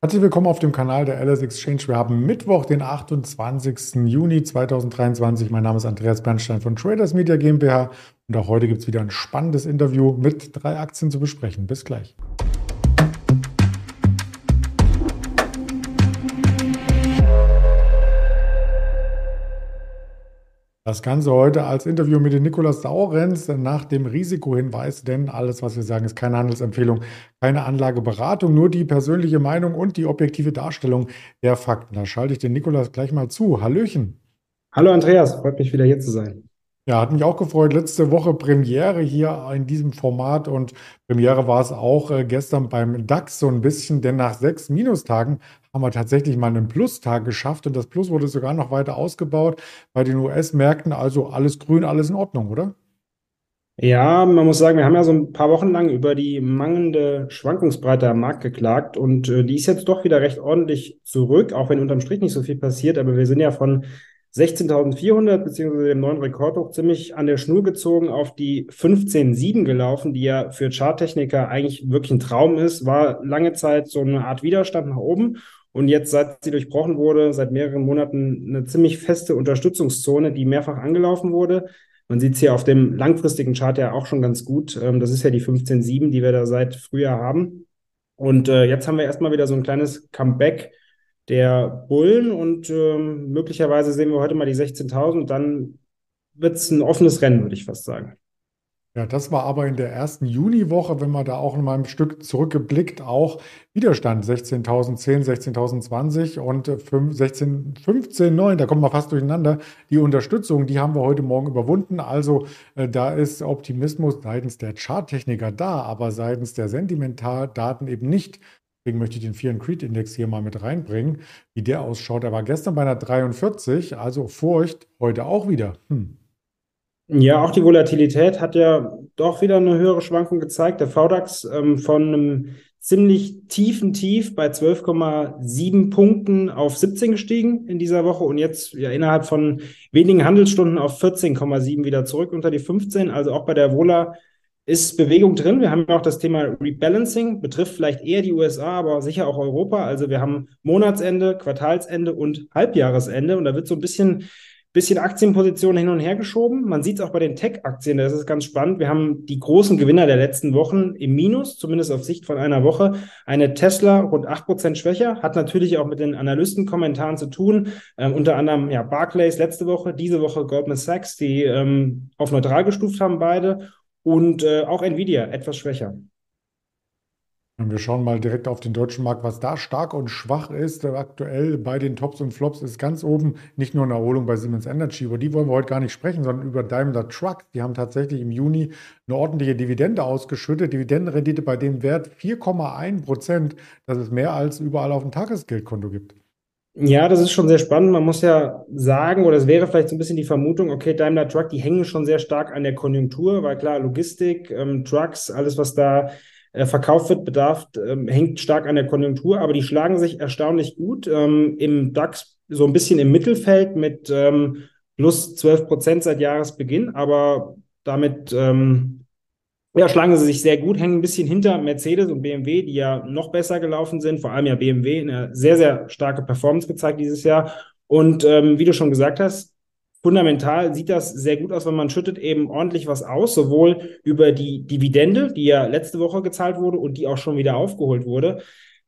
Herzlich willkommen auf dem Kanal der LS Exchange. Wir haben Mittwoch, den 28. Juni 2023. Mein Name ist Andreas Bernstein von Traders Media GmbH und auch heute gibt es wieder ein spannendes Interview mit 3 Aktien zu besprechen. Bis gleich. Das Ganze heute als Interview mit dem Nikolaus Saurenz nach dem Risikohinweis, denn alles, was wir sagen, ist keine Handelsempfehlung, keine Anlageberatung, nur die persönliche Meinung und die objektive Darstellung der Fakten. Da schalte ich den Nikolaus gleich mal zu. Hallöchen. Hallo Andreas, freut mich wieder hier zu sein. Ja, hat mich auch gefreut. Letzte Woche Premiere hier in diesem Format und Premiere war es auch gestern beim DAX so ein bisschen, denn nach 6 Minustagen haben wir tatsächlich mal einen Plustag geschafft und das Plus wurde sogar noch weiter ausgebaut bei den US-Märkten. Also alles grün, alles in Ordnung, oder? Ja, man muss sagen, wir haben ja so ein paar Wochen lang über die mangelnde Schwankungsbreite am Markt geklagt und die ist jetzt doch wieder recht ordentlich zurück, auch wenn unterm Strich nicht so viel passiert, aber wir sind ja von 16.400 beziehungsweise dem neuen Rekordhoch ziemlich an der Schnur gezogen auf die 15.7 gelaufen, die ja für Charttechniker eigentlich wirklich ein Traum ist, war lange Zeit so eine Art Widerstand nach oben und jetzt, seit sie durchbrochen wurde, seit mehreren Monaten eine ziemlich feste Unterstützungszone, die mehrfach angelaufen wurde. Man sieht es hier auf dem langfristigen Chart ja auch schon ganz gut. Das ist ja die 15.7, die wir da seit Frühjahr haben. Und jetzt haben wir erstmal wieder so ein kleines Comeback der Bullen und möglicherweise sehen wir heute mal die 16.000. Dann wird es ein offenes Rennen, würde ich fast sagen. Ja, das war aber in der ersten Juniwoche, wenn man da auch noch mal ein Stück zurückgeblickt, auch Widerstand 16.010, 16.020 und 16, 15,9, da kommen wir fast durcheinander. Die Unterstützung, die haben wir heute Morgen überwunden. Also da ist Optimismus seitens der Charttechniker da, aber seitens der Sentimentaldaten eben nicht. Deswegen möchte ich den Fear and Greed Index hier mal mit reinbringen, wie der ausschaut. Er war gestern bei einer 43, also Furcht, heute auch wieder. Ja, auch die Volatilität hat ja doch wieder eine höhere Schwankung gezeigt. Der VDAX von einem ziemlich tiefen Tief bei 12,7 Punkten auf 17 gestiegen in dieser Woche und jetzt ja innerhalb von wenigen Handelsstunden auf 14,7 wieder zurück unter die 15. Also auch bei der Vola ist Bewegung drin. Wir haben ja auch das Thema Rebalancing, betrifft vielleicht eher die USA, aber sicher auch Europa. Also wir haben Monatsende, Quartalsende und Halbjahresende und da wird so ein bisschen Aktienpositionen hin und her geschoben. Man sieht es auch bei den Tech-Aktien, das ist ganz spannend. Wir haben die großen Gewinner der letzten Wochen im Minus, zumindest auf Sicht von einer Woche. Eine Tesla rund 8% schwächer, hat natürlich auch mit den Analystenkommentaren zu tun. Unter anderem ja Barclays letzte Woche, diese Woche Goldman Sachs, die auf neutral gestuft haben beide. Und auch Nvidia etwas schwächer. Und wir schauen mal direkt auf den deutschen Markt, was da stark und schwach ist. Aktuell bei den Tops und Flops ist ganz oben nicht nur eine Erholung bei Siemens Energy, über die wollen wir heute gar nicht sprechen, sondern über Daimler Truck. Die haben tatsächlich im Juni eine ordentliche Dividende ausgeschüttet. Dividendenrendite bei dem Wert 4,1%. Das ist mehr als überall auf dem Tagesgeldkonto gibt. Ja, das ist schon sehr spannend. Man muss ja sagen, oder es wäre vielleicht so ein bisschen die Vermutung, okay, Daimler Truck, die hängen schon sehr stark an der Konjunktur, weil klar, Logistik, Trucks, alles, was da verkauft wird, bedarf, hängt stark an der Konjunktur, aber die schlagen sich erstaunlich gut. Im DAX so ein bisschen im Mittelfeld mit plus 12% seit Jahresbeginn, aber damit ja, schlagen sie sich sehr gut, hängen ein bisschen hinter Mercedes und BMW, die ja noch besser gelaufen sind. Vor allem ja BMW eine sehr, sehr starke Performance gezeigt dieses Jahr. Und wie du schon gesagt hast, fundamental sieht das sehr gut aus, weil man schüttet eben ordentlich was aus, sowohl über die Dividende, die ja letzte Woche gezahlt wurde und die auch schon wieder aufgeholt wurde,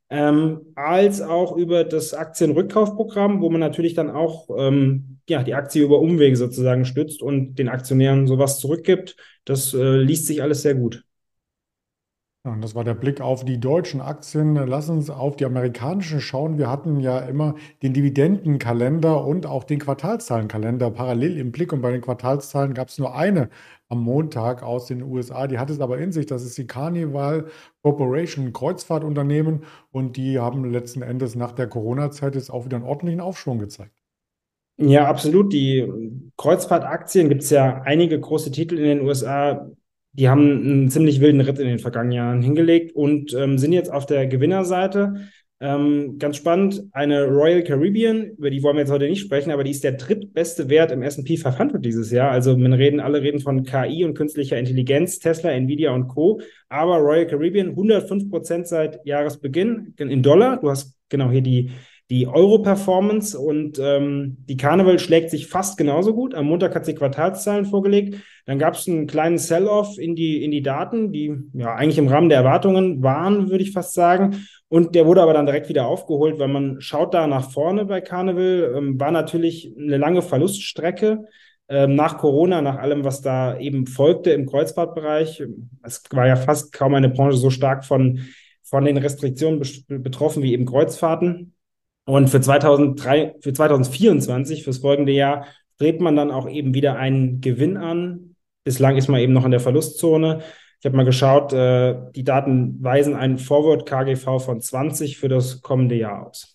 als auch über das Aktienrückkaufprogramm, wo man natürlich dann auch ja, die Aktie über Umwege sozusagen stützt und den Aktionären sowas zurückgibt. Das liest sich alles sehr gut. Ja, und das war der Blick auf die deutschen Aktien. Lass uns auf die amerikanischen schauen. Wir hatten ja immer den Dividendenkalender und auch den Quartalszahlenkalender parallel im Blick. Und bei den Quartalszahlen gab es nur eine am Montag aus den USA. Die hat es aber in sich. Das ist die Carnival Corporation, ein Kreuzfahrtunternehmen. Und die haben letzten Endes nach der Corona-Zeit jetzt auch wieder einen ordentlichen Aufschwung gezeigt. Ja, absolut. Die Kreuzfahrtaktien gibt es ja einige große Titel in den USA, die haben einen ziemlich wilden Ritt in den vergangenen Jahren hingelegt und sind jetzt auf der Gewinnerseite. Ganz spannend, eine Royal Caribbean, über die wollen wir jetzt heute nicht sprechen, aber die ist der drittbeste Wert im S&P 500 dieses Jahr. Also alle reden von KI und künstlicher Intelligenz, Tesla, Nvidia und Co. Aber Royal Caribbean 105% seit Jahresbeginn in Dollar. Du hast genau hier die Euro-Performance und die Carnival schlägt sich fast genauso gut. Am Montag hat sie Quartalszahlen vorgelegt. Dann gab es einen kleinen Sell-off in die Daten, die ja eigentlich im Rahmen der Erwartungen waren, würde ich fast sagen. Und der wurde aber dann direkt wieder aufgeholt, weil man schaut da nach vorne bei Carnival, war natürlich eine lange Verluststrecke nach Corona, nach allem, was da eben folgte im Kreuzfahrtbereich. Es war ja fast kaum eine Branche so stark von den Restriktionen betroffen wie eben Kreuzfahrten. Und für 2024, fürs folgende Jahr, strebt man dann auch eben wieder einen Gewinn an. Bislang ist man eben noch in der Verlustzone. Ich habe mal geschaut, die Daten weisen einen Forward KGV von 20 für das kommende Jahr aus.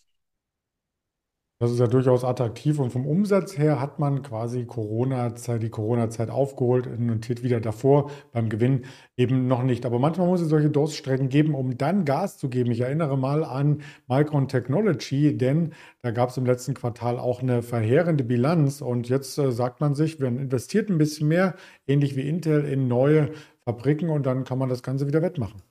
Das ist ja durchaus attraktiv und vom Umsatz her hat man quasi die Corona-Zeit aufgeholt, notiert wieder davor, beim Gewinn eben noch nicht. Aber manchmal muss es solche Durststrecken geben, um dann Gas zu geben. Ich erinnere mal an Micron Technology, denn da gab es im letzten Quartal auch eine verheerende Bilanz und jetzt sagt man sich, man investiert ein bisschen mehr, ähnlich wie Intel, in neue Fabriken und dann kann man das Ganze wieder wettmachen.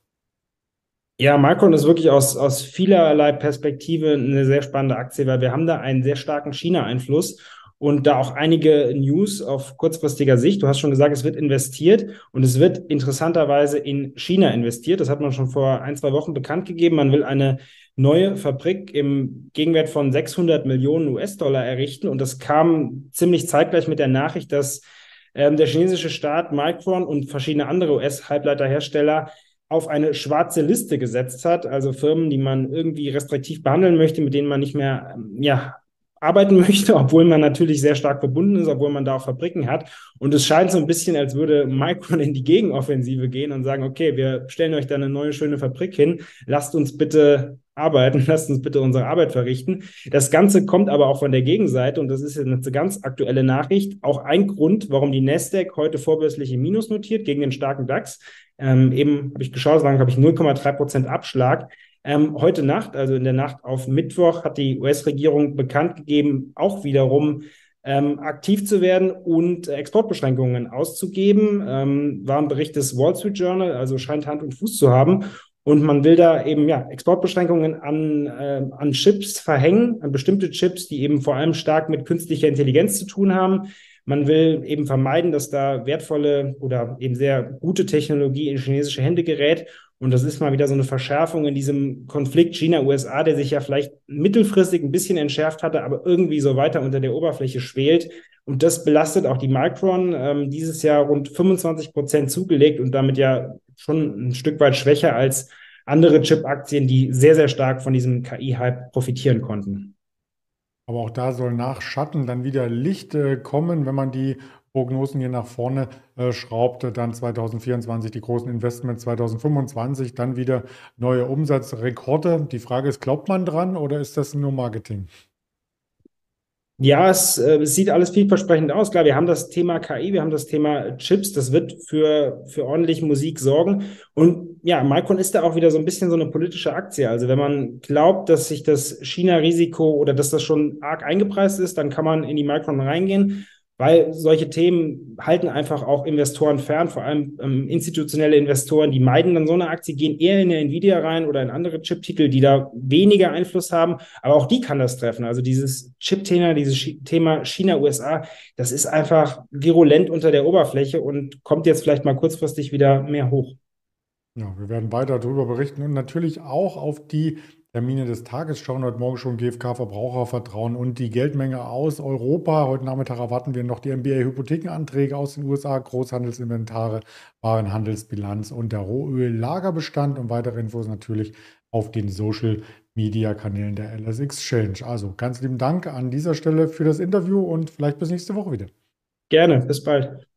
Ja, Micron ist wirklich aus vielerlei Perspektive eine sehr spannende Aktie, weil wir haben da einen sehr starken China-Einfluss und da auch einige News auf kurzfristiger Sicht. Du hast schon gesagt, es wird investiert und es wird interessanterweise in China investiert. Das hat man schon vor ein, zwei Wochen bekannt gegeben. Man will eine neue Fabrik im Gegenwert von 600 Millionen US-Dollar errichten und das kam ziemlich zeitgleich mit der Nachricht, dass der chinesische Staat Micron und verschiedene andere US-Halbleiterhersteller auf eine schwarze Liste gesetzt hat, also Firmen, die man irgendwie restriktiv behandeln möchte, mit denen man nicht mehr arbeiten möchte, obwohl man natürlich sehr stark verbunden ist, obwohl man da auch Fabriken hat. Und es scheint so ein bisschen, als würde Micron in die Gegenoffensive gehen und sagen, okay, wir stellen euch da eine neue schöne Fabrik hin, lasst uns bitte arbeiten, lasst uns bitte unsere Arbeit verrichten. Das Ganze kommt aber auch von der Gegenseite und das ist eine ganz aktuelle Nachricht. Auch ein Grund, warum die Nasdaq heute vorbörslich im Minus notiert gegen den starken DAX. Eben habe ich geschaut, es waren, glaube ich, 0,3% Abschlag. Heute Nacht, also in der Nacht auf Mittwoch, hat die US-Regierung bekannt gegeben, auch wiederum aktiv zu werden und Exportbeschränkungen auszugeben. War ein Bericht des Wall Street Journal, also scheint Hand und Fuß zu haben. Und man will da eben Exportbeschränkungen an Chips verhängen, an bestimmte Chips, die eben vor allem stark mit künstlicher Intelligenz zu tun haben. Man will eben vermeiden, dass da wertvolle oder eben sehr gute Technologie in chinesische Hände gerät. Und das ist mal wieder so eine Verschärfung in diesem Konflikt China-USA, der sich ja vielleicht mittelfristig ein bisschen entschärft hatte, aber irgendwie so weiter unter der Oberfläche schwelt. Und das belastet auch die Micron, dieses Jahr rund 25% zugelegt und damit ja schon ein Stück weit schwächer als andere Chip-Aktien, die sehr, sehr stark von diesem KI-Hype profitieren konnten. Aber auch da soll nach Schatten dann wieder Licht kommen, wenn man die Prognosen hier nach vorne schraubt. Dann 2024 die großen Investments, 2025 dann wieder neue Umsatzrekorde. Die Frage ist, glaubt man dran oder ist das nur Marketing? Ja, es sieht alles vielversprechend aus. Klar, wir haben das Thema KI, wir haben das Thema Chips, das wird für ordentlich Musik sorgen. Und ja, Micron ist da auch wieder so ein bisschen so eine politische Aktie. Also wenn man glaubt, dass sich das China-Risiko oder dass das schon arg eingepreist ist, dann kann man in die Micron reingehen, weil solche Themen halten einfach auch Investoren fern, vor allem institutionelle Investoren, die meiden dann so eine Aktie, gehen eher in eine Nvidia rein oder in andere Chip-Titel, die da weniger Einfluss haben, aber auch die kann das treffen. Also dieses Chip-Thema, Thema China-USA, das ist einfach virulent unter der Oberfläche und kommt jetzt vielleicht mal kurzfristig wieder mehr hoch. Ja, wir werden weiter darüber berichten und natürlich auch auf die Termine des Tages schauen. Heute Morgen schon GfK Verbrauchervertrauen und die Geldmenge aus Europa. Heute Nachmittag erwarten wir noch die MBA-Hypothekenanträge aus den USA, Großhandelsinventare, Warenhandelsbilanz und der Rohöl-Lagerbestand und weitere Infos natürlich auf den Social-Media-Kanälen der LS Exchange. Also ganz lieben Dank an dieser Stelle für das Interview und vielleicht bis nächste Woche wieder. Gerne, bis bald.